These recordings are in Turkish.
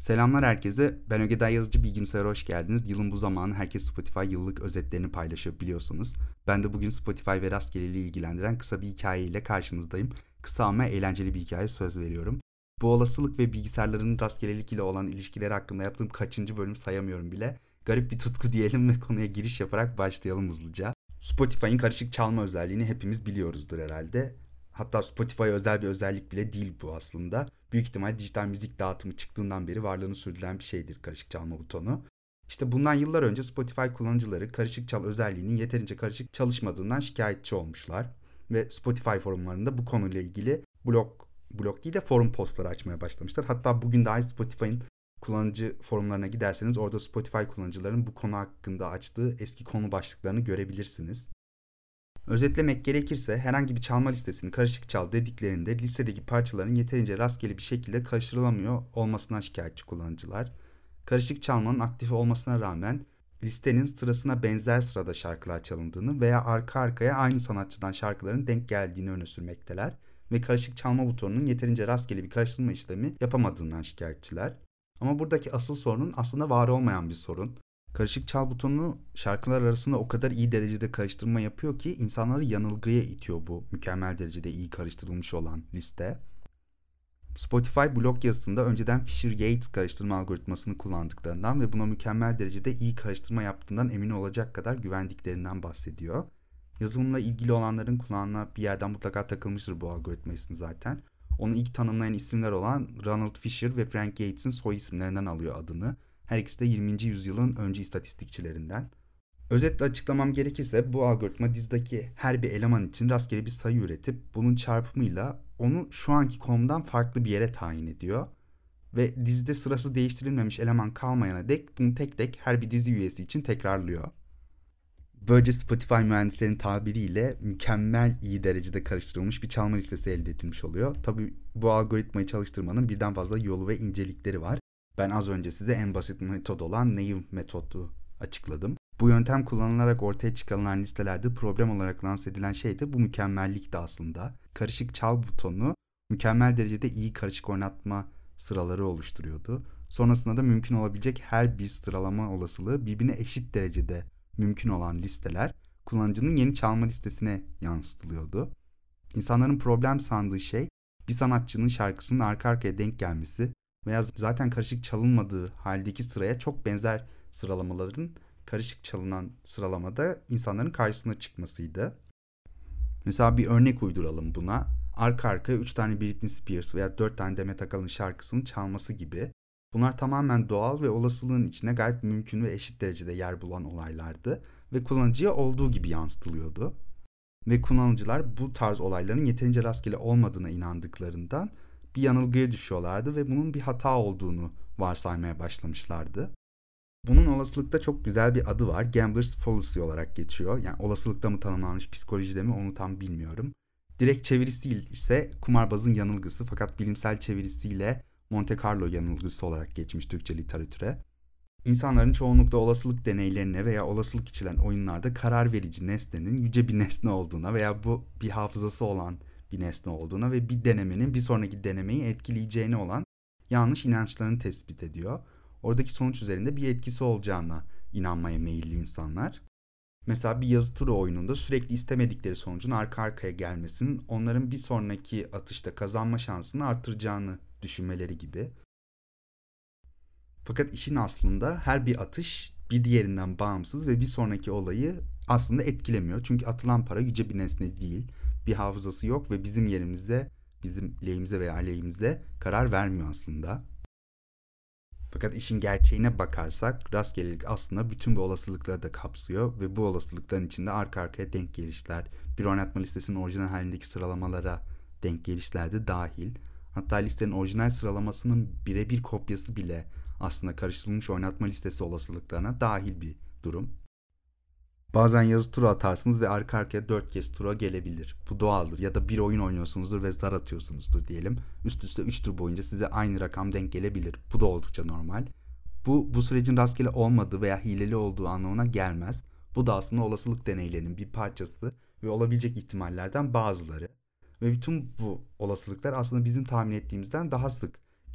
Selamlar herkese. Ben Ögeday Yazıcı, Bilgisayar'a hoş geldiniz. Yılın bu zamanı herkes Spotify yıllık özetlerini paylaşıyor biliyorsunuz. Ben de bugün Spotify ve rastgeleliği ilgilendiren kısa bir hikaye ile karşınızdayım. Kısa ama eğlenceli bir hikaye, söz veriyorum. Bu olasılık ve bilgisayarların rastgelelik ile olan ilişkileri hakkında yaptığım kaçıncı bölüm sayamıyorum bile. Garip bir tutku diyelim ve konuya giriş yaparak başlayalım hızlıca. Spotify'ın karışık çalma özelliğini hepimiz biliyoruzdur herhalde. Hatta Spotify'a özel bir özellik bile değil bu aslında. Büyük ihtimal dijital müzik dağıtımı çıktığından beri varlığını sürdüren bir şeydir karışık çalma butonu. İşte bundan yıllar önce Spotify kullanıcıları karışık çal özelliğinin yeterince karışık çalışmadığından şikayetçi olmuşlar. Ve Spotify forumlarında bu konuyla ilgili blog değil de forum postları açmaya başlamışlar. Hatta bugün dahi Spotify'ın kullanıcı forumlarına giderseniz orada Spotify kullanıcılarının bu konu hakkında açtığı eski konu başlıklarını görebilirsiniz. Özetlemek gerekirse herhangi bir çalma listesini karışık çal dediklerinde listedeki parçaların yeterince rastgele bir şekilde karıştırılamıyor olmasından şikayetçi kullanıcılar. Karışık çalmanın aktif olmasına rağmen listenin sırasına benzer sırada şarkılar çalındığını veya arka arkaya aynı sanatçıdan şarkıların denk geldiğini öne sürmekteler ve karışık çalma butonunun yeterince rastgele bir karıştırma işlemi yapamadığından şikayetçiler. Ama buradaki asıl sorunun aslında var olmayan bir sorun. Karışık çal butonu şarkılar arasında o kadar iyi derecede karıştırma yapıyor ki insanları yanılgıya itiyor bu mükemmel derecede iyi karıştırılmış olan liste. Spotify blog yazısında önceden Fisher-Yates karıştırma algoritmasını kullandıklarından ve buna mükemmel derecede iyi karıştırma yaptığından emin olacak kadar güvendiklerinden bahsediyor. Yazılımla ilgili olanların kulağına bir yerden mutlaka takılmıştır bu algoritma ismi zaten. Onu ilk tanımlayan isimler olan Ronald Fisher ve Frank Yates'in soy isimlerinden alıyor adını. Her ikisi de 20. yüzyılın öncü istatistikçilerinden. Özetle açıklamam gerekirse bu algoritma dizdeki her bir eleman için rastgele bir sayı üretip bunun çarpımıyla onu şu anki konumdan farklı bir yere tayin ediyor. Ve dizide sırası değiştirilmemiş eleman kalmayana dek bunu tek tek her bir dizi üyesi için tekrarlıyor. Böylece Spotify mühendislerinin tabiriyle mükemmel iyi derecede karıştırılmış bir çalma listesi elde edilmiş oluyor. Tabii bu algoritmayı çalıştırmanın birden fazla yolu ve incelikleri var. Ben az önce size en basit metod olan naive metodu açıkladım. Bu yöntem kullanılarak ortaya çıkarılan listelerde problem olarak lanse edilen şey de bu mükemmellikti aslında. Karışık çal butonu mükemmel derecede iyi karışık oynatma sıraları oluşturuyordu. Sonrasında da mümkün olabilecek her bir sıralama olasılığı birbirine eşit derecede mümkün olan listeler kullanıcının yeni çalma listesine yansıtılıyordu. İnsanların problem sandığı şey bir sanatçının şarkısının arka arkaya denk gelmesi veya zaten karışık çalınmadığı haldeki sıraya çok benzer sıralamaların karışık çalınan sıralamada insanların karşısına çıkmasıydı. Mesela bir örnek uyduralım buna. Arka arkaya 3 tane Britney Spears veya 4 tane Demet Akalın şarkısının çalması gibi. Bunlar tamamen doğal ve olasılığın içine gayet mümkün ve eşit derecede yer bulan olaylardı ve kullanıcıya olduğu gibi yansıtılıyordu. Ve kullanıcılar bu tarz olayların yeterince rastgele olmadığına inandıklarından bir yanılgıya düşüyorlardı ve bunun bir hata olduğunu varsaymaya başlamışlardı. Bunun olasılıkta çok güzel bir adı var. Gambler's Fallacy olarak geçiyor. Yani olasılıkta mı tanımlanmış, psikolojide mi onu tam bilmiyorum. Direkt çevirisi ise kumarbazın yanılgısı, fakat bilimsel çevirisiyle Monte Carlo yanılgısı olarak geçmiş Türkçe literatüre. İnsanların çoğunlukla olasılık deneylerine veya olasılık içilen oyunlarda karar verici nesnenin yüce bir nesne olduğuna veya bu bir hafızası olan bir nesne olduğuna ve bir denemenin bir sonraki denemeyi etkileyeceğine olan yanlış inançlarını tespit ediyor. Oradaki sonuç üzerinde bir etkisi olacağına inanmaya meyilli insanlar. Mesela bir yazı turu oyununda sürekli istemedikleri sonucun arka arkaya gelmesinin onların bir sonraki atışta kazanma şansını artıracağını düşünmeleri gibi. Fakat işin aslında her bir atış bir diğerinden bağımsız ve bir sonraki olayı aslında etkilemiyor. Çünkü atılan para yüce bir nesne değil, bir hafızası yok ve bizim yerimizde, bizim lehimize veya aleyhimize karar vermiyor aslında. Fakat işin gerçeğine bakarsak rastgelelik aslında bütün bu olasılıkları da kapsıyor ve bu olasılıkların içinde arka arkaya denk gelişler, bir oynatma listesinin orijinal halindeki sıralamalara denk gelişler de dahil. Hatta listenin orijinal sıralamasının birebir kopyası bile aslında karıştırılmış oynatma listesi olasılıklarına dahil bir durum. Bazen yazı turu atarsınız ve arka arkaya 4 kez tura gelebilir. Bu doğaldır. Ya da bir oyun oynuyorsunuzdur ve zar atıyorsunuzdur diyelim. Üst üste 3 tur boyunca size aynı rakam denk gelebilir. Bu da oldukça normal. Bu sürecin rastgele olmadığı veya hileli olduğu anlamına gelmez. Bu da aslında olasılık deneylerinin bir parçası ve olabilecek ihtimallerden bazıları. Ve bütün bu olasılıklar aslında bizim tahmin ettiğimizden daha sık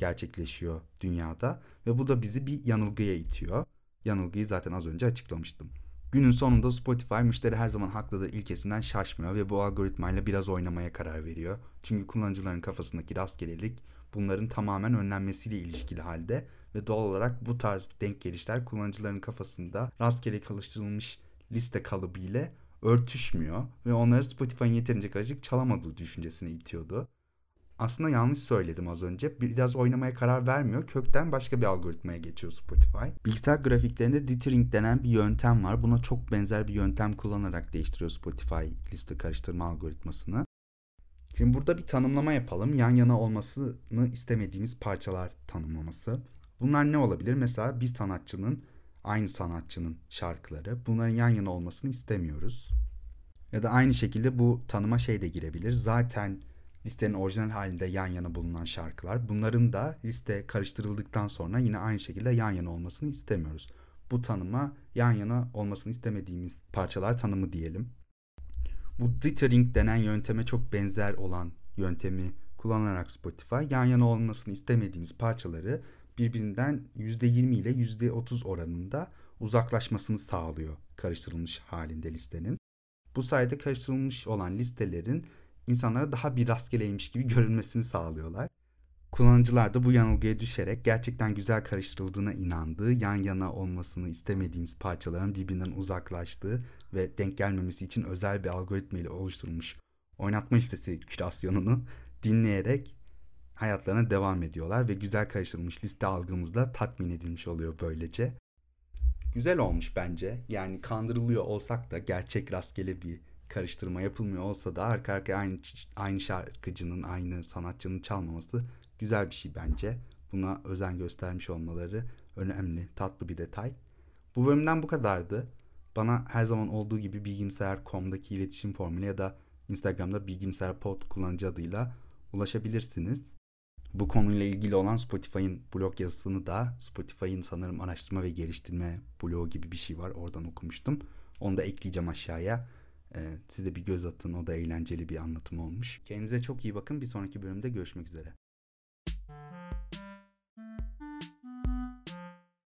gerçekleşiyor dünyada ve bu da bizi bir yanılgıya itiyor. Yanılgıyı zaten az önce açıklamıştım. Günün sonunda Spotify müşteri her zaman haklıdır ilkesinden şaşmıyor ve bu algoritmayla biraz oynamaya karar veriyor. Çünkü kullanıcıların kafasındaki rastgelelik bunların tamamen önlenmesiyle ilişkili halde ve doğal olarak bu tarz denk gelişler kullanıcıların kafasında rastgele çalıştırılmış liste kalıbı ile örtüşmüyor ve onları Spotify'ın yeterince karışık çalamadığı düşüncesine itiyordu. Aslında yanlış söyledim az önce. Biraz oynamaya karar vermiyor. Kökten başka bir algoritmaya geçiyor Spotify. Bilgisayar grafiklerinde dithering denen bir yöntem var. Buna çok benzer bir yöntem kullanarak değiştiriyor Spotify liste karıştırma algoritmasını. Şimdi burada bir tanımlama yapalım. Yan yana olmasını istemediğimiz parçalar tanımlaması. Bunlar ne olabilir? Mesela bir sanatçının, aynı sanatçının şarkıları. Bunların yan yana olmasını istemiyoruz. Ya da aynı şekilde bu tanıma şey de girebilir. Zaten listenin orijinal halinde yan yana bulunan şarkılar. Bunların da liste karıştırıldıktan sonra yine aynı şekilde yan yana olmasını istemiyoruz. Bu tanıma yan yana olmasını istemediğimiz parçalar tanımı diyelim. Bu dithering denen yönteme çok benzer olan yöntemi kullanarak Spotify yan yana olmasını istemediğimiz parçaları birbirinden %20 ile %30 oranında uzaklaşmasını sağlıyor karıştırılmış halinde listenin. Bu sayede karıştırılmış olan listelerin insanlara daha bir rastgeleymiş gibi görünmesini sağlıyorlar. Kullanıcılar da bu yanılgıya düşerek gerçekten güzel karıştırıldığına inandığı, yan yana olmasını istemediğimiz parçaların birbirinden uzaklaştığı ve denk gelmemesi için özel bir algoritma ile oluşturulmuş oynatma listesi kürasyonunu dinleyerek hayatlarına devam ediyorlar ve güzel karıştırılmış liste algımızda tatmin edilmiş oluyor böylece. Güzel olmuş bence. Yani kandırılıyor olsak da gerçek rastgele bir karıştırma yapılmıyor olsa da arka arkaya aynı şarkıcının, aynı sanatçının çalmaması güzel bir şey bence. Buna özen göstermiş olmaları önemli, tatlı bir detay. Bu bölümden bu kadardı. Bana her zaman olduğu gibi bilgimseyer.com'daki iletişim formülü ya da Instagram'da bilgimseyerpod kullanıcı adıyla ulaşabilirsiniz. Bu konuyla ilgili olan Spotify'ın blog yazısını da Spotify'ın sanırım araştırma ve geliştirme blogu gibi bir şey var. Oradan okumuştum. Onu da ekleyeceğim aşağıya. Siz de bir göz atın. O da eğlenceli bir anlatım olmuş. Kendinize çok iyi bakın. Bir sonraki bölümde görüşmek üzere.